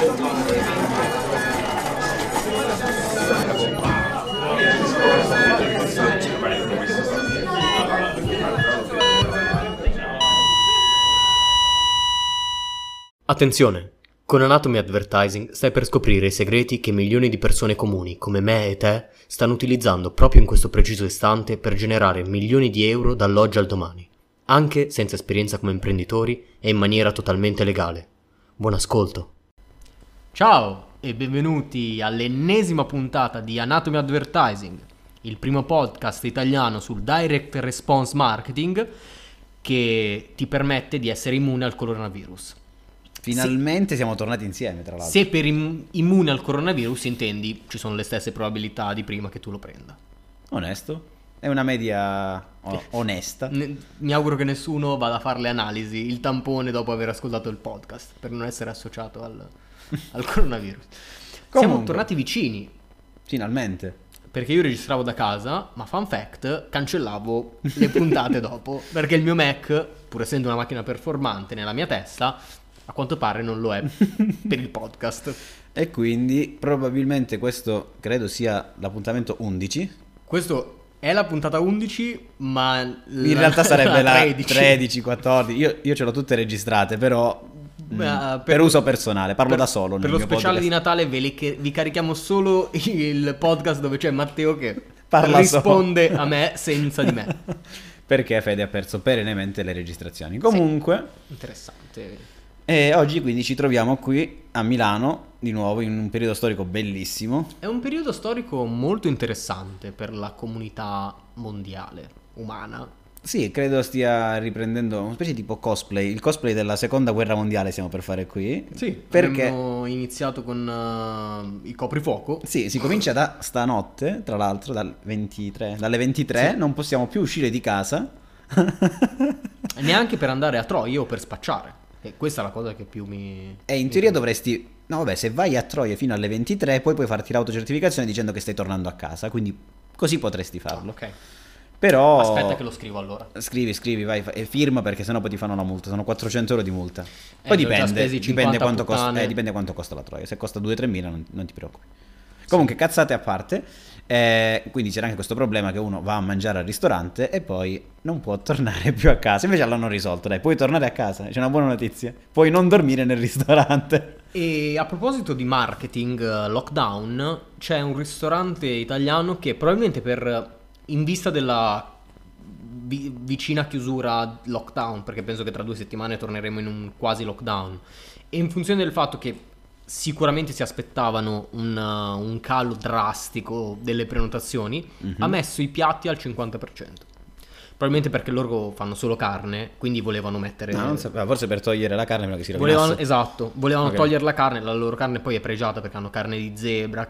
Attenzione! Con Anatomy Advertising stai per scoprire i segreti che milioni di persone comuni, come me e te, stanno utilizzando proprio in questo preciso istante per generare milioni di euro dall'oggi al domani, anche senza esperienza come imprenditori e in maniera totalmente legale. Buon ascolto! Ciao e benvenuti all'ennesima puntata di Anatomy Advertising, il primo podcast italiano sul Direct Response Marketing che ti permette di essere immune al coronavirus. Finalmente siamo tornati insieme, tra l'altro. Se per immune al coronavirus intendi, ci sono le stesse probabilità di prima che tu lo prenda. Onesto. È una media onesta. Mi auguro che nessuno vada a fare le analisi, il tampone dopo aver ascoltato il podcast, per non essere associato al coronavirus. Siamo tornati vicini. Finalmente. Perché io registravo da casa, ma fun fact, cancellavo le puntate dopo, perché il mio Mac, pur essendo una macchina performante nella mia testa, a quanto pare non lo è per il podcast. E quindi probabilmente questo credo sia l'appuntamento 11. Questo è la puntata 11, ma in realtà sarebbe la 13, 14. Io ce l'ho tutte registrate, però per uso personale, parlo da solo. Per lo speciale di Natale vi carichiamo solo il podcast dove c'è Matteo che risponde a me senza di me. Perché Fede ha perso perennemente le registrazioni. Comunque, sì, interessante. E oggi quindi ci troviamo qui a Milano, di nuovo in un periodo storico bellissimo. È un periodo storico molto interessante per la comunità mondiale, umana. Sì, credo stia riprendendo una specie di tipo cosplay. Il cosplay della seconda guerra mondiale stiamo per fare qui. Sì, perché abbiamo iniziato con il coprifuoco. Sì, si comincia da stanotte, tra l'altro, dalle 23. Sì. Non possiamo più uscire di casa. Neanche per andare a Troia o per spacciare. E questa è la cosa che più mi... E in teoria dovresti... No vabbè, se vai a Troia fino alle 23 poi puoi farti l'autocertificazione dicendo che stai tornando a casa. Quindi così potresti farlo. Ok. Però... Aspetta che lo scrivo allora. Scrivi, vai e firma perché sennò poi ti fanno la multa. Sono 400 euro di multa. Poi dipende quanto costa la Troia. Se costa 2-3 mila non ti preoccupi. Comunque, cazzate a parte. Quindi c'era anche questo problema che uno va a mangiare al ristorante e poi non può tornare più a casa. Invece l'hanno risolto, dai, puoi tornare a casa. C'è una buona notizia, puoi non dormire nel ristorante. E a proposito di marketing lockdown, c'è un ristorante italiano che probabilmente in vista della vicina chiusura lockdown, perché penso che tra 2 settimane torneremo in un quasi lockdown, e in funzione del fatto che sicuramente si aspettavano un calo drastico delle prenotazioni, ha messo i piatti al 50%. Probabilmente perché loro fanno solo carne, quindi volevano mettere... No, non sapevo, forse per togliere la carne prima che si rovinasse. Volevano Okay. togliere la carne, la loro carne poi è pregiata perché hanno carne di zebra,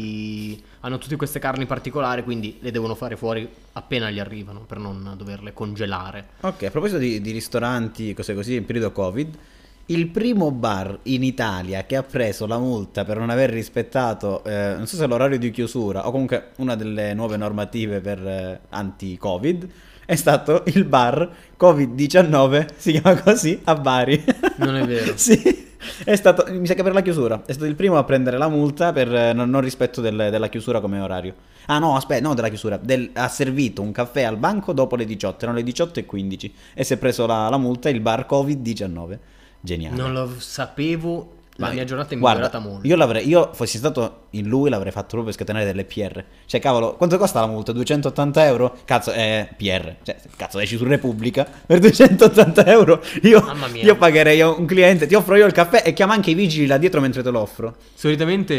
hanno tutte queste carni particolari, quindi le devono fare fuori appena gli arrivano per non doverle congelare. Ok, a proposito di ristoranti, cose così, in periodo Covid... Il primo bar in Italia che ha preso la multa per non aver rispettato, non so se l'orario di chiusura o comunque una delle nuove normative per anti-Covid, è stato il bar Covid-19, si chiama così, a Bari. Non è vero? Sì, è stato, mi sa che per la chiusura, è stato il primo a prendere la multa per non rispetto della chiusura come orario. Ah no, aspetta, no della chiusura, ha servito un caffè al banco dopo le 18, erano le 18:15 e si è preso la multa il bar Covid-19. Geniale. Non lo sapevo, la mia giornata è migliorata molto. Io fossi stato in lui l'avrei fatto proprio per scatenare delle PR. Cioè cavolo, quanto costa la multa? 280 euro? Cazzo, PR. Cioè, cazzo, esci su Repubblica per 280 euro. Mamma mia. Io pagherei un cliente, ti offro io il caffè e chiama anche i vigili là dietro mentre te lo offro. Solitamente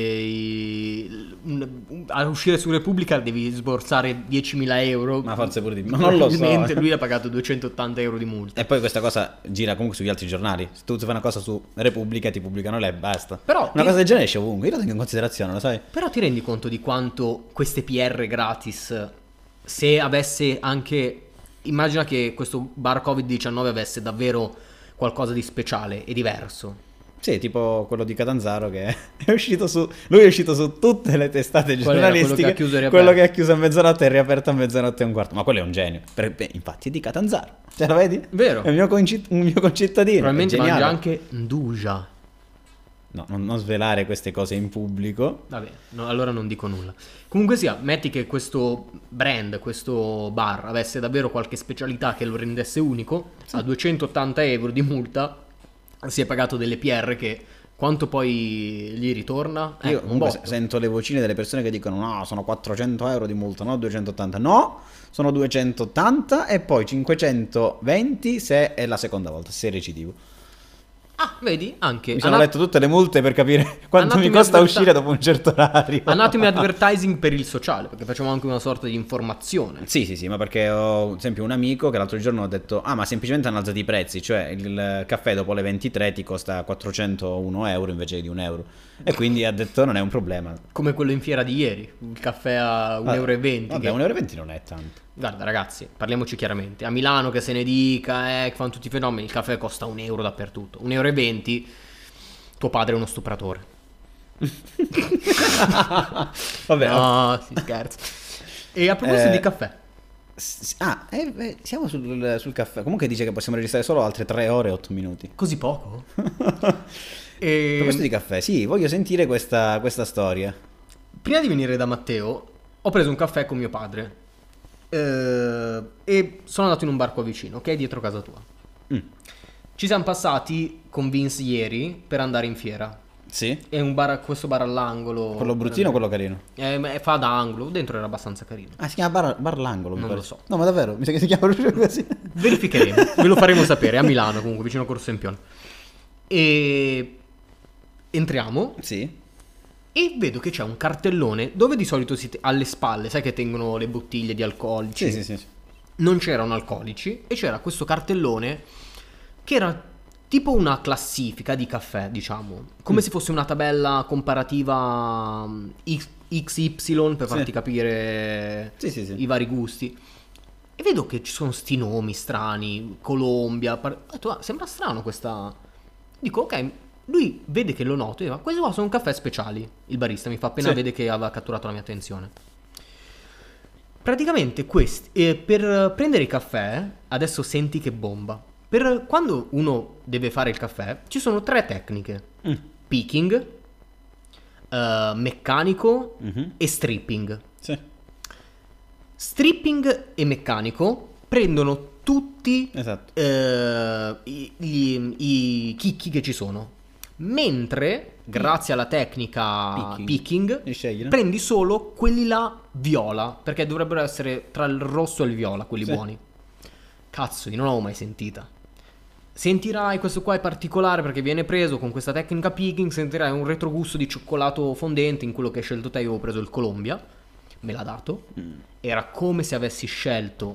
a uscire su Repubblica devi sborsare 10.000 euro. Ma forse pure di più. Non lo so. Probabilmente lui ha pagato 280 euro di multa. E poi questa cosa gira comunque sugli altri giornali. Se tu fai una cosa su Repubblica ti pubblicano lei e basta. Però una cosa del genere esce ovunque. Io lo tengo in considerazione, lo sai? Però ti rendi conto di quanto queste PR gratis, se avesse anche... Immagina che questo bar Covid-19 avesse davvero qualcosa di speciale e diverso. Sì, tipo quello di Catanzaro che è uscito su... Lui è uscito su tutte le testate giornalistiche. Quello che ha chiuso a mezzanotte e riaperto a mezzanotte e un quarto. Ma quello è un genio. Infatti è di Catanzaro. Ce la vedi? Vero. È un mio concittadino. Probabilmente mangia anche Nduja. No, non svelare queste cose in pubblico. Vabbè, no, allora non dico nulla. Comunque sia, metti che questo brand, questo bar avesse davvero qualche specialità che lo rendesse unico, sì. A 280 euro di multa si è pagato delle PR che quanto poi gli ritorna? Io comunque sento le vocine delle persone che dicono no, sono 400 euro di multa, no 280. No, sono 280 e poi 520 se è la seconda volta, se è recidivo. Ah, vedi? Anche. Mi sono letto tutte le multe per capire quanto mi costa uscire dopo un certo orario. Anatomy advertising per il sociale, perché facciamo anche una sorta di informazione. Sì, ma perché ho, ad esempio, un amico che l'altro giorno ha detto ma semplicemente hanno alzato i prezzi, cioè il caffè dopo le 23 ti costa 401 euro invece di un euro. E quindi ha detto non è un problema. Come quello in fiera di ieri, il caffè a 1,20 euro. Vabbè, 1,20 euro non è tanto. Guarda ragazzi, parliamoci chiaramente. A Milano che se ne dica, che fanno tutti i fenomeni, il caffè costa 1 euro dappertutto. 1,20 euro, tuo padre è uno stupratore. Vabbè. No, si scherza. E a proposito di caffè. Siamo sul caffè. Comunque dice che possiamo registrare solo altre 3 ore e 8 minuti. Così poco? A proposito di caffè, sì, voglio sentire questa storia. Prima di venire da Matteo, ho preso un caffè con mio padre. E sono andato in un bar qua vicino, che è dietro casa tua. Ci siamo passati con Vince ieri per andare in fiera. Sì. È un bar, questo bar all'angolo. Quello bruttino o quello carino? Fa da angolo, dentro era abbastanza carino. Ah, si chiama bar l'angolo? Non lo so. No, ma davvero? Mi sa che si chiama proprio così. Verificheremo, ve lo faremo sapere. A Milano comunque, vicino a Corso Sempione. E entriamo. Sì. E vedo che c'è un cartellone dove di solito alle spalle, sai che tengono le bottiglie di alcolici. Sì. Non c'erano alcolici e c'era questo cartellone che era tipo una classifica di caffè, diciamo, come se fosse una tabella comparativa XY per farti capire i vari gusti. E vedo che ci sono sti nomi strani, Colombia. Ho detto, sembra strano questa. Dico, ok. Lui vede che lo noto e dice, questi qua sono caffè speciali. Il barista mi fa appena vede che aveva catturato la mia attenzione. Praticamente questi, per prendere il caffè, adesso senti che bomba. Per quando uno deve fare il caffè, ci sono 3 tecniche. Picking, meccanico e stripping. Sì. Stripping e meccanico prendono tutti i chicchi che ci sono. Mentre, grazie alla tecnica picking prendi solo quelli là viola, perché dovrebbero essere tra il rosso e il viola, quelli buoni. Cazzo, io non l'avevo mai sentita. Sentirai, questo qua è particolare perché viene preso con questa tecnica picking, sentirai un retrogusto di cioccolato fondente. In quello che hai scelto te io avevo preso il Colombia, me l'ha dato. Era come se avessi scelto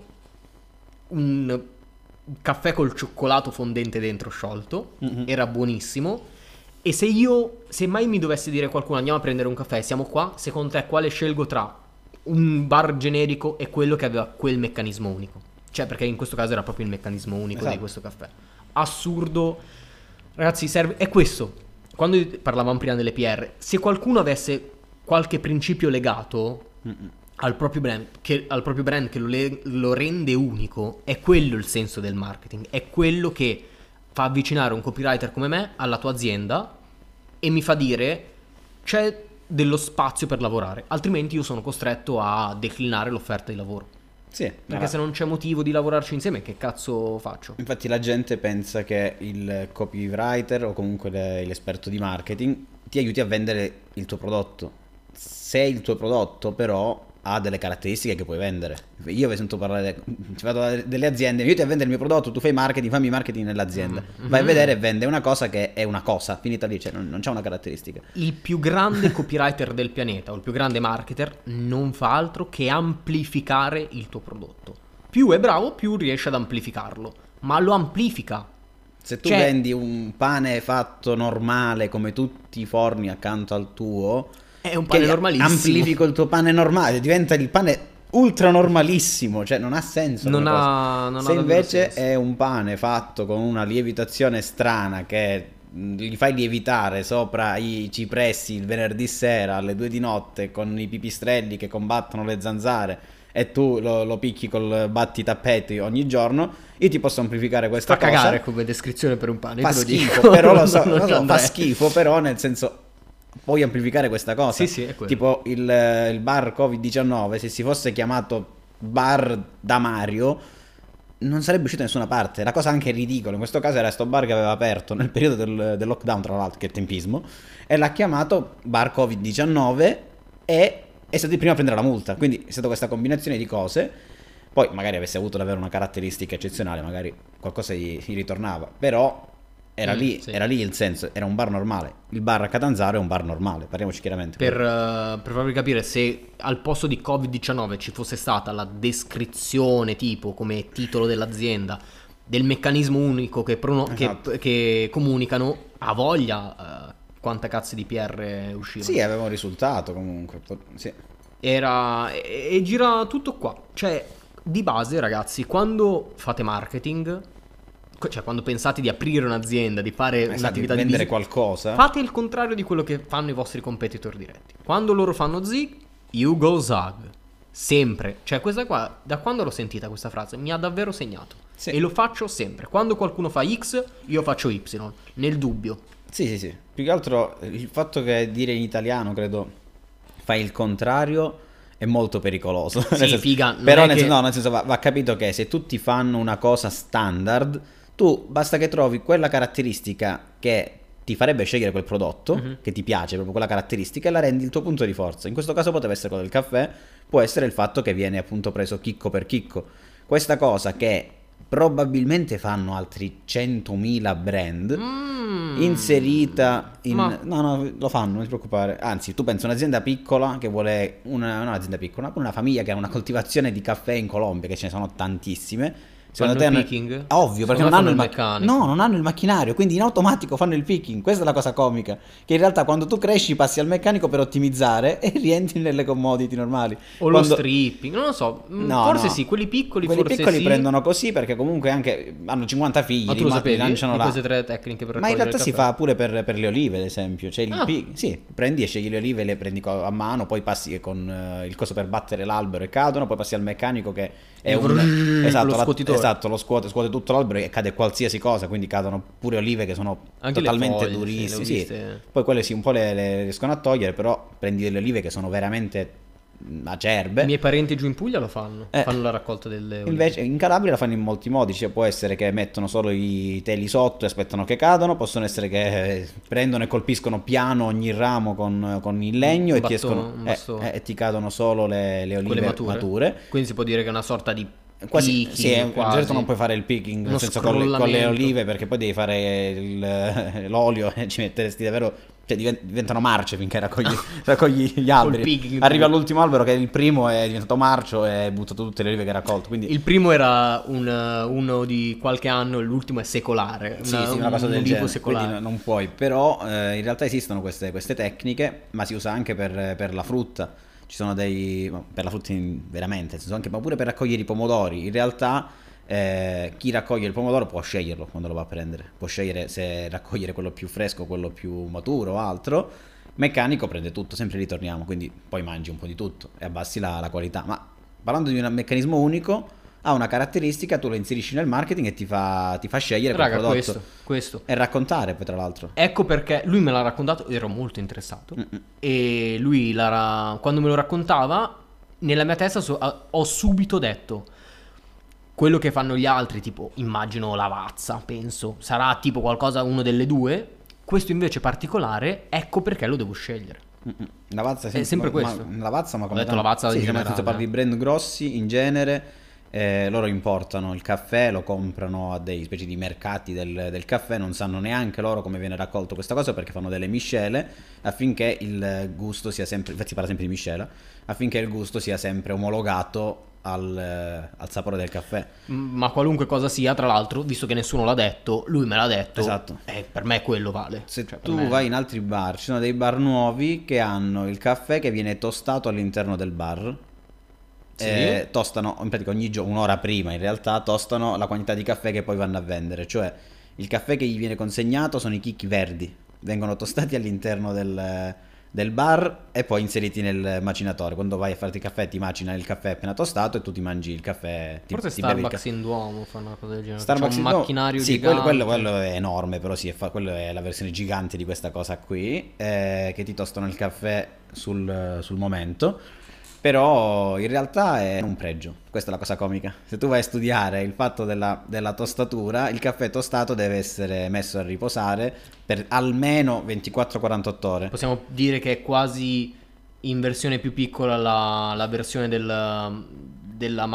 un caffè col cioccolato fondente dentro sciolto. Era buonissimo. E se mai mi dovesse dire qualcuno andiamo a prendere un caffè, siamo qua, secondo te quale scelgo tra un bar generico e quello che aveva quel meccanismo unico? Cioè, perché in questo caso era proprio il meccanismo unico di questo caffè. Assurdo. Ragazzi, serve. È questo. Quando parlavamo prima delle PR, se qualcuno avesse qualche principio legato al proprio brand, che lo rende unico, è quello il senso del marketing. È quello che fa avvicinare un copywriter come me alla tua azienda e mi fa dire c'è dello spazio per lavorare, altrimenti io sono costretto a declinare l'offerta di lavoro. Sì, perché se non c'è motivo di lavorarci insieme, che cazzo faccio? Infatti la gente pensa che il copywriter o comunque l'esperto di marketing ti aiuti a vendere il tuo prodotto. Se il tuo prodotto però ha delle caratteristiche che puoi vendere. Io vi sento parlare, ci vado delle aziende, io ti a vendere il mio prodotto, tu fai marketing, fammi marketing nell'azienda. Vai a vedere e vende una cosa che è una cosa, finita lì, cioè non c'è una caratteristica. Il più grande copywriter del pianeta o il più grande marketer non fa altro che amplificare il tuo prodotto. Più è bravo, più riesce ad amplificarlo, ma lo amplifica. Se tu vendi un pane fatto normale come tutti i forni accanto al tuo, è un pane normalissimo. Amplifico il tuo pane normale, diventa il pane ultra normalissimo, cioè non ha senso. Se invece è un pane fatto con una lievitazione strana che gli fai lievitare sopra i cipressi il venerdì sera alle 2 di notte con i pipistrelli che combattono le zanzare e tu lo picchi col batti tappeti ogni giorno, io ti posso amplificare questa cosa. Fa cagare come descrizione per un pane. Fa schifo, però lo so, fa schifo, però nel senso puoi amplificare questa cosa. Sì, è quello. Tipo il bar Covid-19, se si fosse chiamato bar da Mario, non sarebbe uscito da nessuna parte. La cosa anche ridicola in questo caso era sto bar che aveva aperto nel periodo del lockdown, tra l'altro, che è tempismo, e l'ha chiamato bar Covid-19 e è stato il primo a prendere la multa. Quindi è stata questa combinazione di cose. Poi magari avesse avuto davvero una caratteristica eccezionale, magari qualcosa gli ritornava, però era lì il senso, era un bar normale. Il bar a Catanzaro è un bar normale, parliamoci chiaramente. Per farvi capire, se al posto di Covid-19 ci fosse stata la descrizione tipo come titolo dell'azienda del meccanismo unico che comunicano, a voglia quanta cazzo di PR uscivano. Sì, aveva un risultato comunque. Sì. E gira tutto qua. Cioè, di base, ragazzi, quando fate marketing, cioè quando pensate di aprire un'azienda, di fare un'attività di vendere business, qualcosa, fate il contrario di quello che fanno i vostri competitor diretti. Quando loro fanno zig, you go zag. Sempre. Cioè questa qua, da quando l'ho sentita questa frase, mi ha davvero segnato. Sì. E lo faccio sempre. Quando qualcuno fa X, io faccio Y, nel dubbio. Sì. Più che altro il fatto che dire in italiano, credo, fai il contrario, è molto pericoloso. Sì, figa. Però nel senso va capito che se tutti fanno una cosa standard, tu basta che trovi quella caratteristica che ti farebbe scegliere quel prodotto, che ti piace, proprio quella caratteristica, e la rendi il tuo punto di forza. In questo caso potrebbe essere quello del caffè, può essere il fatto che viene appunto preso chicco per chicco. Questa cosa che probabilmente fanno altri 100.000 brand inserita in... No, lo fanno, non ti preoccupare. Anzi, tu pensa un'azienda piccola che vuole non un'azienda piccola, una famiglia che ha una coltivazione di caffè in Colombia, che ce ne sono tantissime. Secondo te picking? Ovvio, perché non hanno il meccanico. No, non hanno il macchinario, quindi in automatico fanno il picking. Questa è la cosa comica, che in realtà quando tu cresci passi al meccanico per ottimizzare e rientri nelle commodity normali. O lo stripping, non lo so. Forse sì, quelli piccoli prendono così, perché comunque anche hanno 50 figli. Ma tu lo sapevi? Lanciano queste 3 tecniche per Ma in realtà il si fa pure per le olive, ad esempio. Cioè sì, prendi e scegli le olive, le prendi a mano, poi passi con il coso per battere l'albero e cadono, poi passi al meccanico che è lo scuotitore. Esatto, lo scuote tutto l'albero e cade qualsiasi cosa, quindi cadono pure olive che sono anche totalmente foglie, durissime. Sì. Poi quelle sì, un po' le riescono a togliere, però prendi delle olive che sono veramente acerbe. I miei parenti giù in Puglia lo fanno la raccolta delle olive. Invece in Calabria la fanno in molti modi, cioè può essere che mettono solo i teli sotto e aspettano che cadano, possono essere che prendono e colpiscono piano ogni ramo con il legno e ti cadono solo le olive mature. Quindi si può dire che è una sorta di quasi, certo non puoi fare il picking nel senso con le olive, perché poi devi fare l'olio e ci metteresti davvero, cioè diventano marce finché raccogli gli alberi. Arrivi all'ultimo albero che è il primo, è diventato marcio e hai buttato tutte le olive che hai raccolto. Quindi il primo era uno di qualche anno, l'ultimo è secolare. Una cosa del genere, quindi non puoi. Però in realtà esistono queste tecniche, ma si usa anche per la frutta. Ci sono per la frutta veramente, nel senso anche, ma pure per raccogliere i pomodori. In realtà chi raccoglie il pomodoro può sceglierlo quando lo va a prendere, può scegliere se raccogliere quello più fresco, quello più maturo o altro. Meccanico prende tutto, sempre ritorniamo, quindi poi mangi un po' di tutto e abbassi la qualità. Ma parlando di un meccanismo unico, ha una caratteristica, tu lo inserisci nel marketing e ti fa scegliere quel prodotto. Questo. E raccontare poi, tra l'altro. Ecco perché lui me l'ha raccontato, ero molto interessato. E lui quando me lo raccontava, nella mia testa ho subito detto: quello che fanno gli altri, tipo immagino Lavazza, penso sarà tipo qualcosa, uno delle due. Questo invece particolare, ecco perché lo devo scegliere. Lavazza è sempre questo. Lavazza, ma come ho detto Lavazza in generale, se parli di brand grossi in genere, loro importano il caffè, lo comprano a dei specie di mercati del caffè, non sanno neanche loro come viene raccolto questa cosa, perché fanno delle miscele affinché il gusto sia sempre, infatti si parla sempre di miscela, affinché il gusto sia sempre omologato al sapore del caffè. Ma qualunque cosa sia, tra l'altro, visto che nessuno l'ha detto, lui me l'ha detto. Esatto. Per me quello vale. Se tu vai in altri bar, ci sono dei bar nuovi che hanno il caffè che viene tostato all'interno del bar. Sì. Tostano in pratica ogni giorno, un'ora prima in realtà, tostano la quantità di caffè che poi vanno a vendere. Cioè il caffè che gli viene consegnato sono i chicchi verdi, vengono tostati all'interno del del bar e poi inseriti nel macinatore. Quando vai a farti il caffè ti macina il caffè appena tostato e tu ti mangi il caffè. Forse ti Starbucks in Duomo fa una cosa del genere. Starbucks c'è un macchinario sì, gigante. quello è enorme, però sì, quello è la versione gigante di questa cosa qui, che ti tostano il caffè sul momento. Però in realtà è un pregio, questa è la cosa comica. Se tu vai a studiare il fatto della tostatura, il caffè tostato deve essere messo a riposare per almeno 24-48 ore. Possiamo dire che è quasi in versione più piccola la versione della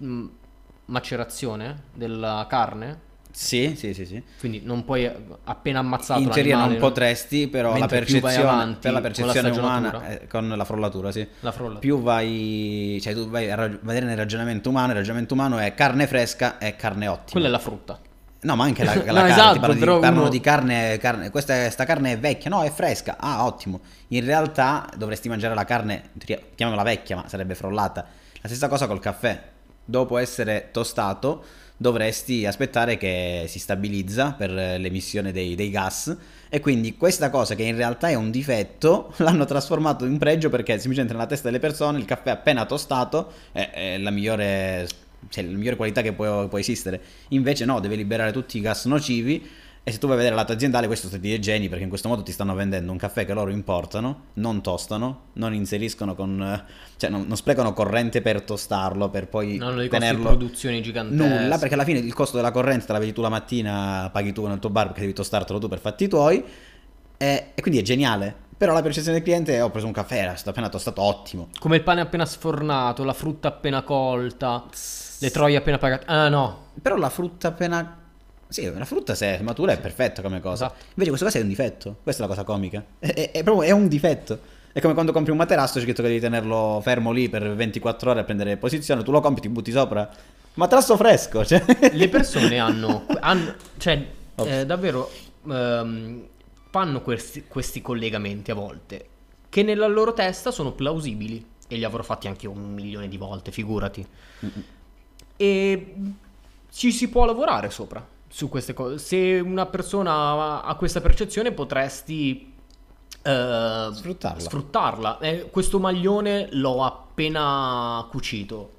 macerazione della carne. Sì. Quindi non puoi, appena ammazzato in teoria l'animale, non potresti, però la percezione, per la percezione con umana con la frollatura, sì. La frollatura. Più vai, cioè tu vai a vedere nel ragionamento umano, il ragionamento umano è carne fresca e carne ottima. Quella è la frutta. No, ma anche la No, carne, esatto, parlano di carne, questa carne è vecchia, no, è fresca, ah, ottimo. In realtà dovresti mangiare la carne, chiamiamola vecchia, ma sarebbe frollata. La stessa cosa col caffè, dopo essere tostato dovresti aspettare che si stabilizza per l'emissione dei gas, e quindi questa cosa che in realtà è un difetto l'hanno trasformato in pregio, perché semplicemente nella testa delle persone il caffè appena tostato è la migliore, cioè, la migliore qualità che può esistere. Invece no, deve liberare tutti i gas nocivi. E se tu vai a vedere la lato aziendale, questo sono stati dei geni, perché in questo modo ti stanno vendendo un caffè che loro importano, non tostano, non inseriscono cioè non sprecano corrente per tostarlo, per poi non hanno dei tenerlo. costi di produzione giganteschi. Nulla, perché alla fine il costo della corrente te la vedi tu la mattina, paghi tu nel tuo bar perché devi tostartelo tu per fatti tuoi, e quindi è geniale. Però la percezione del cliente è: ho preso un caffè, era stato appena tostato, ottimo. Come il pane appena sfornato, la frutta appena colta, le troie appena pagate. Ah no. Però la frutta appena... Sì, la frutta se è matura è perfetta come cosa. Esatto. Invece questa cosa è un difetto. Questa è la cosa comica. È proprio un difetto. È come quando compri un materasso, c'è scritto che devi tenerlo fermo lì per 24 ore a prendere posizione. Tu lo compri, ti butti sopra. Materasso fresco. Cioè. Le persone hanno cioè, davvero fanno questi collegamenti a volte che nella loro testa sono plausibili. E li avrò fatti anche 1 milione di volte, figurati. E ci si può lavorare sopra su queste cose. Se una persona ha questa percezione, potresti sfruttarla. Questo maglione l'ho appena cucito.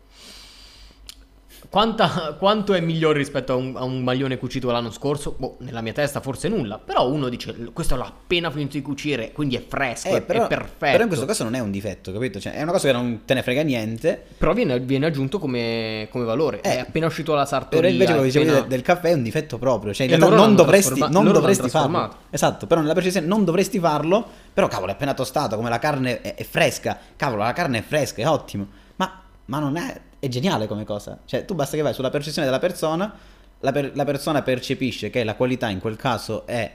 Quanto è migliore rispetto a un maglione cucito l'anno scorso? Boh, nella mia testa forse nulla. Però uno dice: questo l'ho appena finito di cucire, quindi è fresco, però, è perfetto. Però in questo caso non è un difetto, capito? Cioè, è una cosa che non te ne frega niente. Però viene aggiunto come valore. È appena uscito dalla sartoria. Però invece come dicevo del caffè è un difetto proprio. Cioè in realtà non dovresti farlo. Esatto, però nella precisione non dovresti farlo. Però cavolo, è appena tostato, come la carne è fresca. Cavolo, la carne è fresca, è ottimo. Ma non è... È geniale come cosa. Cioè tu basta che vai sulla percezione della persona, la persona percepisce che la qualità in quel caso è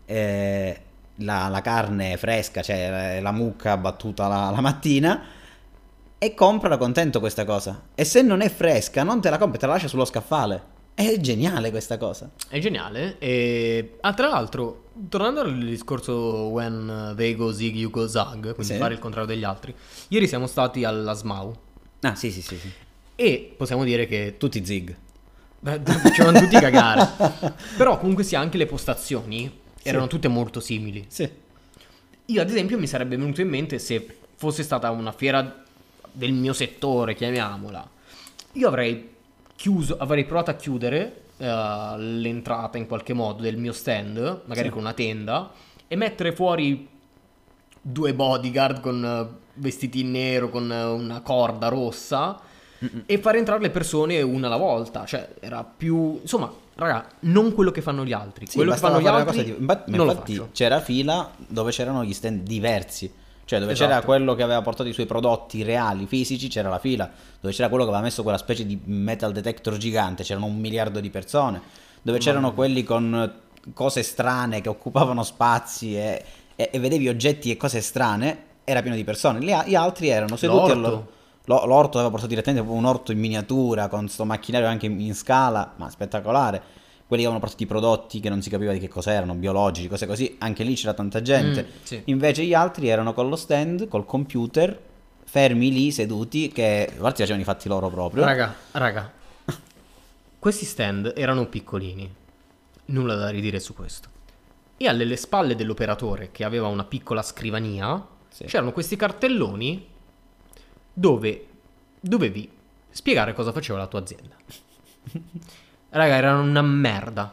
la carne fresca, cioè la mucca battuta la mattina, e comprala contento questa cosa. E se non è fresca non te la compra, te la lascia sullo scaffale. È geniale questa cosa. È geniale. Tra l'altro, tornando al discorso when they go zig you go zag, quindi fare il contrario degli altri, ieri siamo stati alla SMAU. Ah sì. E possiamo dire che tutti zig. Facevano tutti cagare. Però comunque sia, anche le postazioni erano tutte molto simili. Sì. Io ad esempio mi sarebbe venuto in mente, se fosse stata una fiera del mio settore, chiamiamola, io avrei provato a chiudere l'entrata in qualche modo del mio stand, magari con una tenda, e mettere fuori 2 bodyguard con vestiti in nero, con una corda rossa, e fare entrare le persone una alla volta. Cioè era più, insomma, raga, non quello che fanno gli altri. Quello che fanno gli altri non lo faccio. C'era fila dove c'erano gli stand diversi. Cioè dove c'era quello che aveva portato i suoi prodotti reali, fisici, c'era la fila. Dove c'era quello che aveva messo quella specie di metal detector gigante, c'erano 1 miliardo di persone. Dove c'erano quelli con cose strane che occupavano spazi e vedevi oggetti e cose strane, era pieno di persone. Gli altri erano seduti l'orto aveva portato direttamente proprio un orto in miniatura, con sto macchinario anche in scala, ma spettacolare. Quelli avevano portato i prodotti che non si capiva di che cosa erano, biologici, cose così. Anche lì c'era tanta gente. Sì. Invece gli altri erano con lo stand, col computer, fermi lì, seduti, che a parte facevano i fatti loro proprio. Raga, questi stand erano piccolini, nulla da ridire su questo. E alle spalle dell'operatore, che aveva una piccola scrivania, c'erano questi cartelloni dove dovevi spiegare cosa faceva la tua azienda. Raga, erano una merda.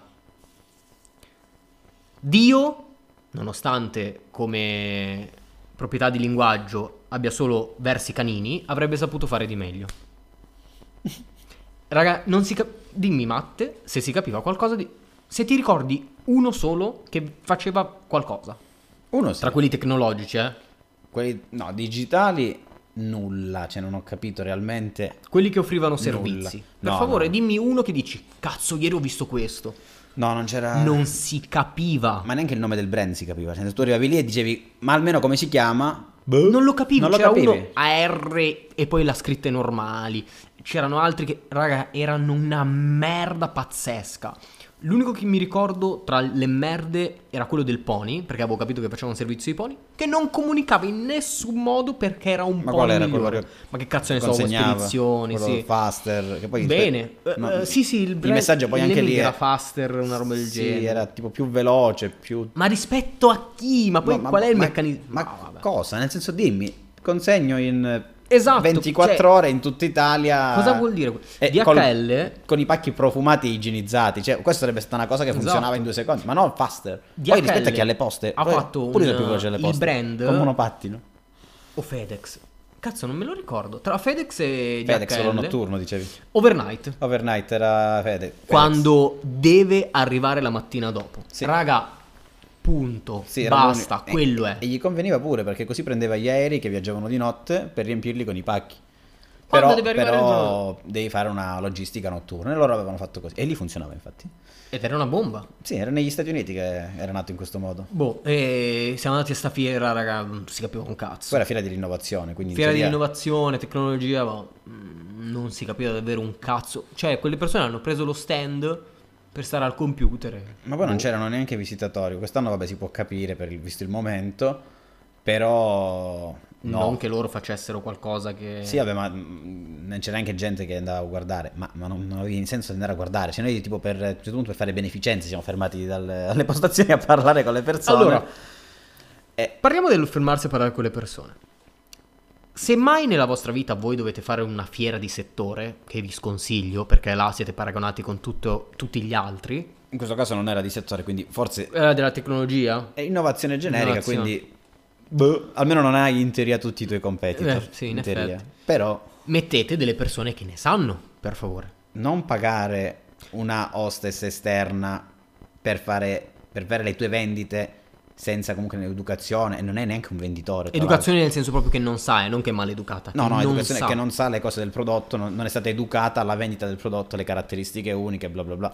Dio, nonostante come proprietà di linguaggio abbia solo versi canini, avrebbe saputo fare di meglio. Raga, non si dimmi, Matte, se si capiva qualcosa di... Se ti ricordi uno solo che faceva qualcosa. Uno sì. Tra quelli tecnologici, Quelli, no, digitali, nulla. Cioè, non ho capito realmente. Quelli che offrivano servizi. Per favore, dimmi uno che dici, cazzo, ieri ho visto questo. No, non c'era... Non si capiva. Ma neanche il nome del brand si capiva. Cioè, tu arrivavi lì e dicevi, ma almeno come si chiama? Non lo capivi. Non lo c'era capivi. Uno AR e poi la scritte normali. C'erano altri che, raga, erano una merda pazzesca. L'unico che mi ricordo tra le merde era quello del Pony, perché avevo capito che faceva un servizio di Pony, che non comunicava in nessun modo perché era un Pony migliore. Ma che cazzo ne so, spedizioni, sì. Faster, che poi bene, sì, il messaggio poi anche lì era faster, una roba del genere. Sì, era tipo più veloce, più... Ma rispetto a chi? Ma poi qual è il meccanismo? Ma cosa? Nel senso, dimmi, consegno in... Esatto, 24 ore in tutta Italia. Cosa vuol dire? DHL con i pacchi profumati e igienizzati. Cioè, questa sarebbe stata una cosa che funzionava in 2 secondi. Ma no, faster. DHL poi rispetto a chi alle poste ha fatto pure più veloce alle poste. il brand con monopattino. O FedEx. Cazzo, non me lo ricordo. Tra FedEx e FedEx DHL. solo notturno, dicevi. Overnight era FedEx. Quando deve arrivare la mattina dopo. Sì. Raga, punto, sì, basta, quello è. E gli conveniva pure, perché così prendeva gli aerei che viaggiavano di notte per riempirli con i pacchi. Però devi fare una logistica notturna, e loro avevano fatto così. E lì funzionava, infatti. Ed era una bomba. Sì, era negli Stati Uniti che era nato in questo modo. E siamo andati a sta fiera, raga, non si capiva un cazzo. Poi era fiera dell'innovazione, quindi fiera di innovazione, tecnologia, ma non si capiva davvero un cazzo. Cioè, quelle persone hanno preso lo stand per stare al computer. Ma poi non c'erano neanche visitatori. Quest'anno, vabbè, si può capire visto il momento, però no. Non che loro facessero qualcosa che... Sì, vabbè, ma non c'era neanche gente che andava a guardare, ma non avevi senso di andare a guardare. Cioè noi tipo per fare beneficenze siamo fermati alle postazioni a parlare con le persone. Allora, parliamo del fermarsi a parlare con le persone. Se mai nella vostra vita voi dovete fare una fiera di settore, che vi sconsiglio, perché là siete paragonati con tutti gli altri. In questo caso non era di settore, quindi forse... Era della tecnologia? È innovazione generica, quindi... almeno non hai in teoria tutti i tuoi competitor. Sì, in effetti. Teoria. Però... mettete delle persone che ne sanno, per favore. Non pagare una hostess esterna per fare le tue vendite... senza comunque un'educazione, e non è neanche un venditore. Educazione nel senso proprio che non sa, non che è maleducata. No, educazione che non sa le cose del prodotto, non è stata educata alla vendita del prodotto, le caratteristiche uniche, bla bla bla.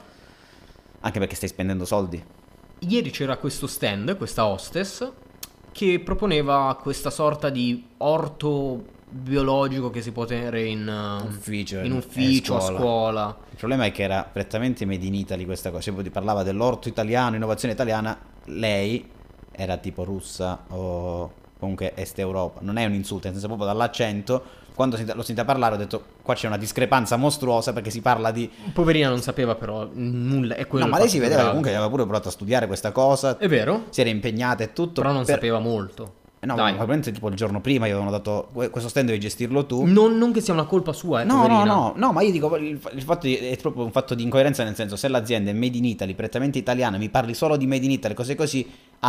Anche perché stai spendendo soldi. Ieri c'era questo stand, questa hostess, che proponeva questa sorta di orto biologico che si può tenere in ufficio, a scuola. Il problema è che era prettamente made in Italy questa cosa. Cioè, parlava dell'orto italiano, innovazione italiana, lei... era tipo russa o comunque est Europa. Non è un insulto, nel senso proprio dall'accento. Quando l'ho sentita parlare ho detto qua c'è una discrepanza mostruosa, perché si parla di... Poverina non sapeva però nulla. È quello no, ma lei si vedeva che comunque aveva pure provato a studiare questa cosa. È vero? Si era impegnata e tutto. Però non sapeva molto. No, ma probabilmente tipo il giorno prima gli avevano dato questo stand, devi gestirlo tu. Non che sia una colpa sua, no, ma io dico il fatto è proprio un fatto di incoerenza, nel senso, se l'azienda è made in Italy, prettamente italiana, mi parli solo di made in Italy, cose così,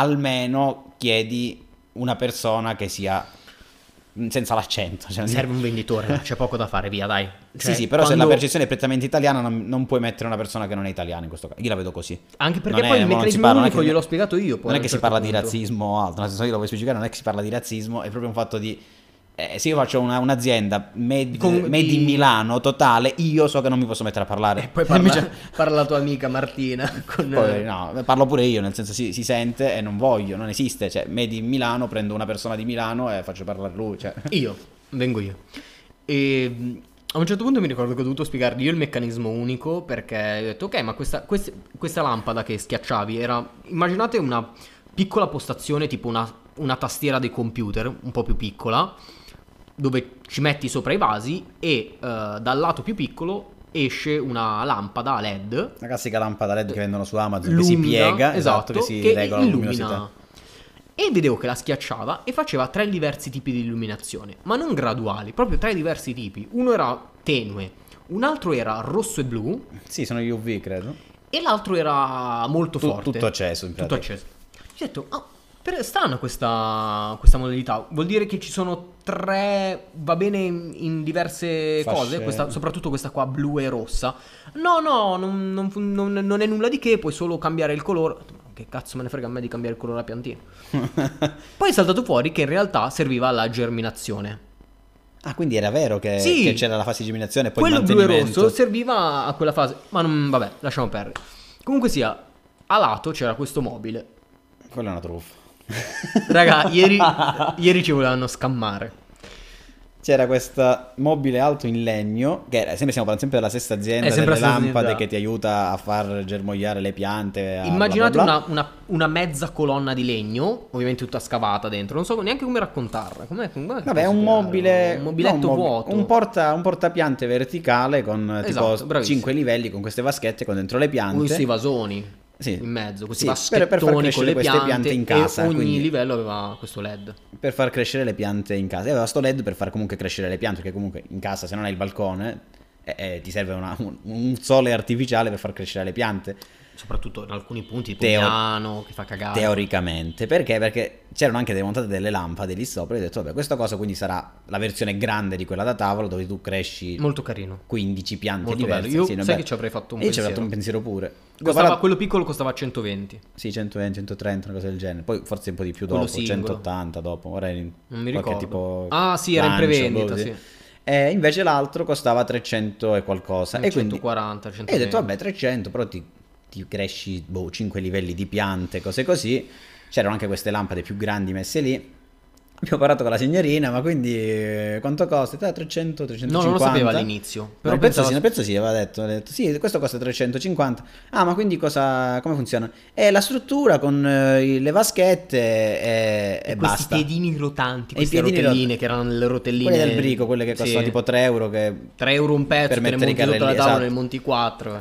almeno chiedi una persona che sia senza l'accento. Cioè, serve un venditore, c'è poco da fare, via, dai. Cioè, sì, però se la percezione è prettamente italiana non puoi mettere una persona che non è italiana in questo caso. Io la vedo così. Anche perché poi il meccanismo unico gliel'ho spiegato io. Non è che si parla di razzismo o altro, nel senso, io lo voglio specificare, non è che si parla di razzismo, è proprio un fatto di... se io faccio un'azienda made in Milano totale, io so che non mi posso mettere a parlare. E poi parla la tua amica Martina. Poi, no, parlo pure io, nel senso si sente e non voglio, non esiste. Cioè, made in Milano, prendo una persona di Milano e faccio parlare lui. Cioè. Vengo io. E a un certo punto mi ricordo che ho dovuto spiegargli io il meccanismo unico, perché ho detto ok, ma questa lampada che schiacciavi era, immaginate una piccola postazione tipo una tastiera dei computer, un po' più piccola, dove ci metti sopra i vasi e dal lato più piccolo esce una lampada LED. Una classica lampada LED che vendono su Amazon, che si piega, esatto, che si regola la luminosità. E vedevo che la schiacciava e faceva 3 diversi tipi di illuminazione, ma non graduali, proprio 3 diversi tipi. Uno era tenue, un altro era rosso e blu. Sì, sono gli UV, credo. E l'altro era molto forte. Tutto acceso, in pratica. Tutto acceso. Ho detto, strana questa modalità. Vuol dire che ci sono 3, va bene in diverse fasce. Cose, soprattutto questa qua blu e rossa. No, non è nulla di che, puoi solo cambiare il colore. Che cazzo me ne frega a me di cambiare il colore alla piantina. Poi è saltato fuori che in realtà serviva alla germinazione. Ah, quindi era vero che c'era la fase di germinazione e poi quello il mantenimento. Blu e rosso serviva a quella fase. Ma vabbè, lasciamo perdere. Comunque sia, a lato c'era questo mobile. Quella è una truffa. Raga, ieri ci volevano scammare. C'era questo mobile alto in legno, che stiamo parlando sempre della stessa azienda, delle lampade che ti aiuta a far germogliare le piante. Immaginate una mezza colonna di legno, ovviamente tutta scavata dentro, non so neanche come raccontarla. Vabbè, è un mobile, un mobiletto vuoto. Un portapiante verticale con esatto, tipo 5 livelli con queste vaschette con dentro le piante. Questi vasoni. Sì. In mezzo, questi per far crescere queste piante in casa. E ogni livello aveva questo LED. Per far crescere le piante in casa. E aveva sto LED per far comunque crescere le piante, perché comunque in casa, se non hai il balcone, ti serve un sole artificiale per far crescere le piante. Soprattutto in alcuni punti, tipo Milano, che fa cagare. Teoricamente. Perché? Perché c'erano anche montate delle lampade lì sopra. E ho detto, vabbè, questa cosa quindi sarà la versione grande di quella da tavolo, dove tu cresci molto carino 15 piante molto diverse. Bello. Io sai che ci avrei fatto un pensiero. Io ci avrei fatto un pensiero pure. Quello piccolo costava 120. Sì, 120, 130, una cosa del genere. Poi forse un po' di più dopo, 180 dopo. Ora non mi ricordo. Tipo sì, era in prevendita, sì. E invece l'altro costava 300 e qualcosa. 140, 120. E ho detto, vabbè, 300, però ti cresci 5 livelli di piante, cose così. C'erano anche queste lampade più grandi messe lì. Abbiamo parlato con la signorina, ma quindi quanto costa? 300, 350? No, non lo sapeva all'inizio. Però il prezzo sì, aveva detto, sì, questo costa 350. Ah, ma quindi come funziona? È la struttura con le vaschette e basta. Questi piedini rotanti, queste rotelline che erano le rotelline. Quelle del brico, quelle che costano tipo 3 euro. 3 euro un pezzo, per ne monti tutta la tavola, ne monti 4.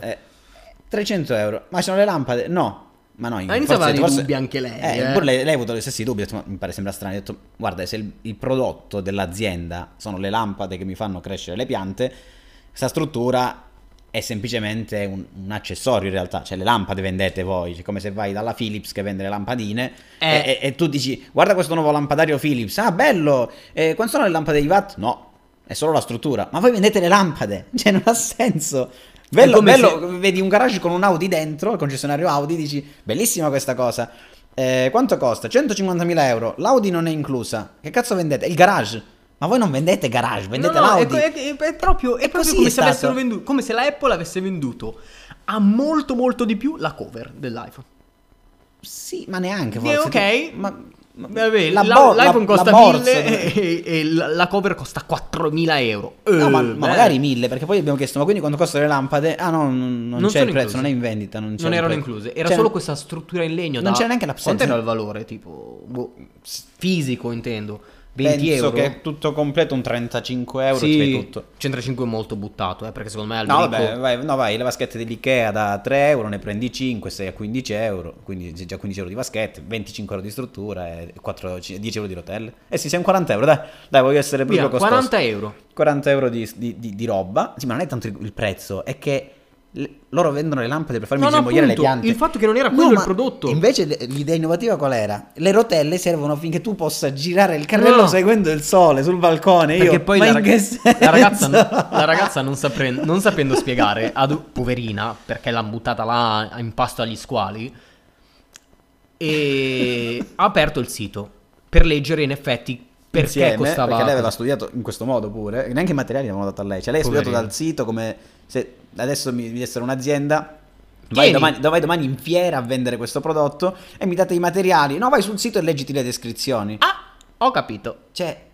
300 euro. Ma sono le lampade? No. Ma no, iniziava a dubbi anche lei. Pure lei ha avuto gli stessi dubbi. Ho detto, ma mi pare sembra strano. Ho detto, guarda, se il prodotto dell'azienda sono le lampade che mi fanno crescere le piante, questa struttura è semplicemente un accessorio in realtà. Cioè le lampade vendete voi, cioè, come se vai dalla Philips che vende le lampadine e tu dici, guarda questo nuovo lampadario Philips, ah bello, quanto sono le lampade di watt? No, è solo la struttura. Ma voi vendete le lampade, cioè non ha senso. Bello, vedi un garage con un Audi dentro, il concessionario Audi, dici, bellissima questa cosa. Quanto costa? 150.000 euro, l'Audi non è inclusa. Che cazzo vendete? Il garage. Ma voi non vendete garage, vendete l'Audi. È proprio come se avessero venduto, come se la Apple avesse venduto a molto molto di più la cover dell'iPhone. Sì, ma neanche forse. Ok. L'iPhone costa 1.000 e la cover costa 4.000 euro. No, ma magari 1.000, perché poi abbiamo chiesto, ma quindi quando costano le lampade? Ah no, non c'è il prezzo, incluse. Non è in vendita. Non erano incluse, era solo questa struttura in legno. Non c'era neanche la quanto era il valore? Tipo, fisico intendo. 20 Penso euro. Che tutto completo un 35 euro. Sì, tutto. 135 è molto buttato, perché secondo me al vai, le vaschette dell'Ikea da 3 euro ne prendi 5, 6 a 15 euro, quindi già 15 euro di vaschette, 25 euro di struttura e 10 euro di rotelle. Sì, siamo 40 euro, dai, voglio essere proprio costoso. 40 euro. 40 euro di roba, sì, ma non è tanto il prezzo, è che loro vendono le lampade per farmi germogliare le piante. Il fatto che non era quello il prodotto. Invece l'idea innovativa qual era? Le rotelle servono affinché tu possa girare il carrello seguendo il sole sul balcone. Perché poi la ragazza non sapendo spiegare, poverina, perché l'ha buttata là in pasto agli squali, e ha aperto il sito per leggere in effetti perché costava. Perché lei aveva studiato in questo modo pure, neanche i materiali avevano dato a lei. Cioè lei ha studiato dal sito come se adesso mi dessero un'azienda, vai domani in fiera a vendere questo prodotto e mi date i materiali. No, vai sul sito e leggiti le descrizioni. Ah, ho capito. Cioè,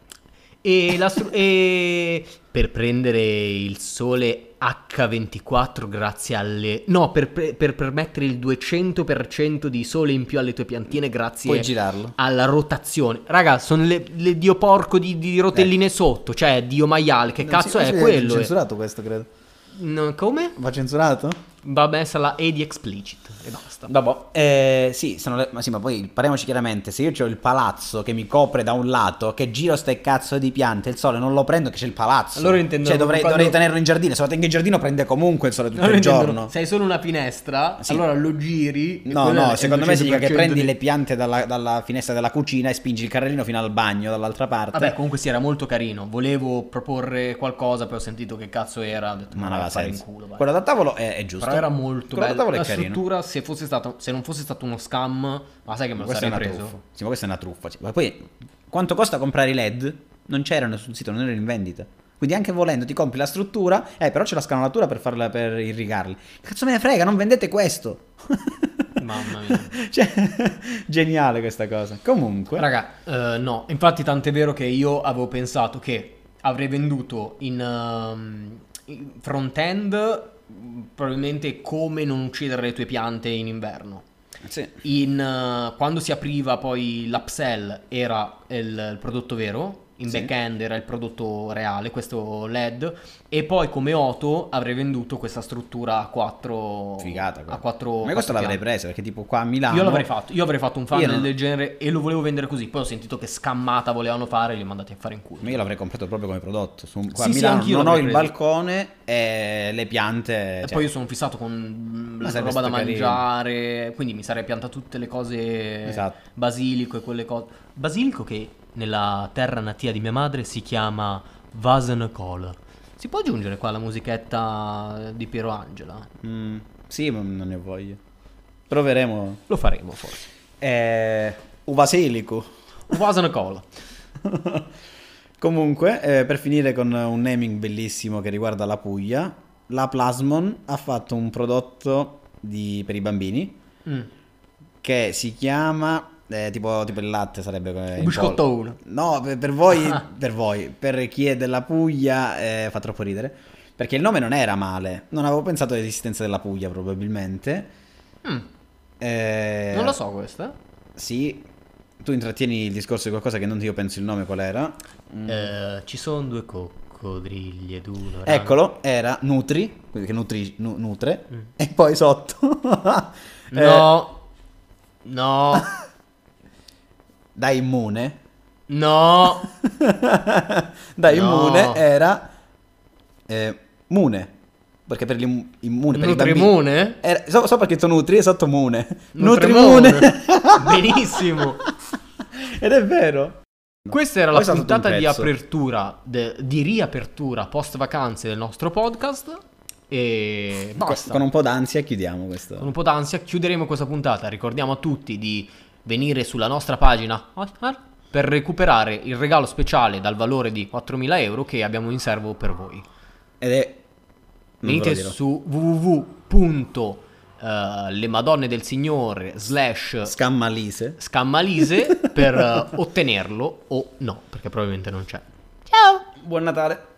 e per prendere il sole H24 grazie alle... No, per permettere il 200% di sole in più alle tue piantine grazie puoi girarlo. Alla rotazione. Raga, sono le dio porco di rotelline sotto, cioè dio maiale, che cazzo è quello? È censurato questo, credo. No, come? Va censurato? va messa la E di explicit e basta. Dopo, sì, ma poi parliamoci chiaramente, se io ho il palazzo che mi copre da un lato, che giro ste cazzo di piante, il sole non lo prendo che c'è il palazzo. Allora intendo, cioè dovrei tenerlo in giardino, se lo tengo in giardino prende comunque il sole tutto il giorno. Se hai solo una finestra, sì. Allora lo giri. No, secondo me significa che prendi le piante dalla finestra della cucina e spingi il carrellino fino al bagno dall'altra parte. Vabbè, comunque sì, era molto carino. Volevo proporre qualcosa, poi ho sentito che cazzo era, ho detto ma non aveva fare in senso. culo, vai. Quello da tavolo è giusto. Però era molto quello bello. Da tavolo è la carino. struttura, se non fosse stato uno scam, ma sai che me lo sarei preso? Sì, ma questa è una truffa. Ma poi quanto costa comprare i LED? Non c'erano sul sito, non erano in vendita. Quindi anche volendo ti compri la struttura, però c'è la scanalatura per irrigarli. Cazzo me ne frega, non vendete questo. Mamma mia. Cioè, geniale questa cosa. Comunque, raga, no, infatti tant'è vero che io avevo pensato che avrei venduto in front-end probabilmente come non uccidere le tue piante in inverno. Sì. Quando si apriva poi l'upsell era il prodotto vero, in back-end era il prodotto reale, questo LED, e poi come Oto avrei venduto questa struttura a 4. Figata. A 4. Ma questo l'avrei preso perché tipo qua a Milano. Io avrei fatto un funnel del genere e lo volevo vendere così. Poi ho sentito che scammata volevano fare e li ho mandati a fare in culo. Ma io l'avrei comprato proprio come prodotto. Qua a Milano non ho il balcone e le piante. E poi io sono fissato con la roba da mangiare. Quindi mi sarei piantato tutte le cose. Esatto. Basilico e quelle cose. Basilico che nella terra natia di mia madre si chiama Vasenkohl. Si può aggiungere qua la musichetta di Piero Angela? Sì, ma non ne voglio. Proveremo. Lo faremo forse. Uvasilico. Vasenkohl. Comunque, per finire con un naming bellissimo che riguarda la Puglia, la Plasmon ha fatto un prodotto per i bambini che si chiama tipo il latte sarebbe un biscotto 1. No, per voi, per chi è della Puglia fa troppo ridere, perché il nome non era male, non avevo pensato all'esistenza della Puglia probabilmente. Non lo so questa. Sì, tu intrattieni il discorso di qualcosa che non io penso il nome qual era. Ci sono 2 coccodrilli ed uno ragno. Eccolo, era Nutri, quindi che nutre, e poi sotto no da immune. No. Da immune era Mune. Perché per l'immune, per i bambini era, sopra scritto Nutri e sotto Mune. Nutrimune. Benissimo. Ed è vero. Questa era la puntata di apertura, di riapertura post vacanze del nostro podcast. E basta. Con un po' d'ansia chiudiamo questo. Con un po' d'ansia chiuderemo questa puntata. Ricordiamo a tutti di venire sulla nostra pagina per recuperare il regalo speciale dal valore di 4.000 euro che abbiamo in serbo per voi. Ed è venite su www.lemadonnedelsignore /scammalise per ottenerlo o no, perché probabilmente non c'è. Ciao, buon Natale.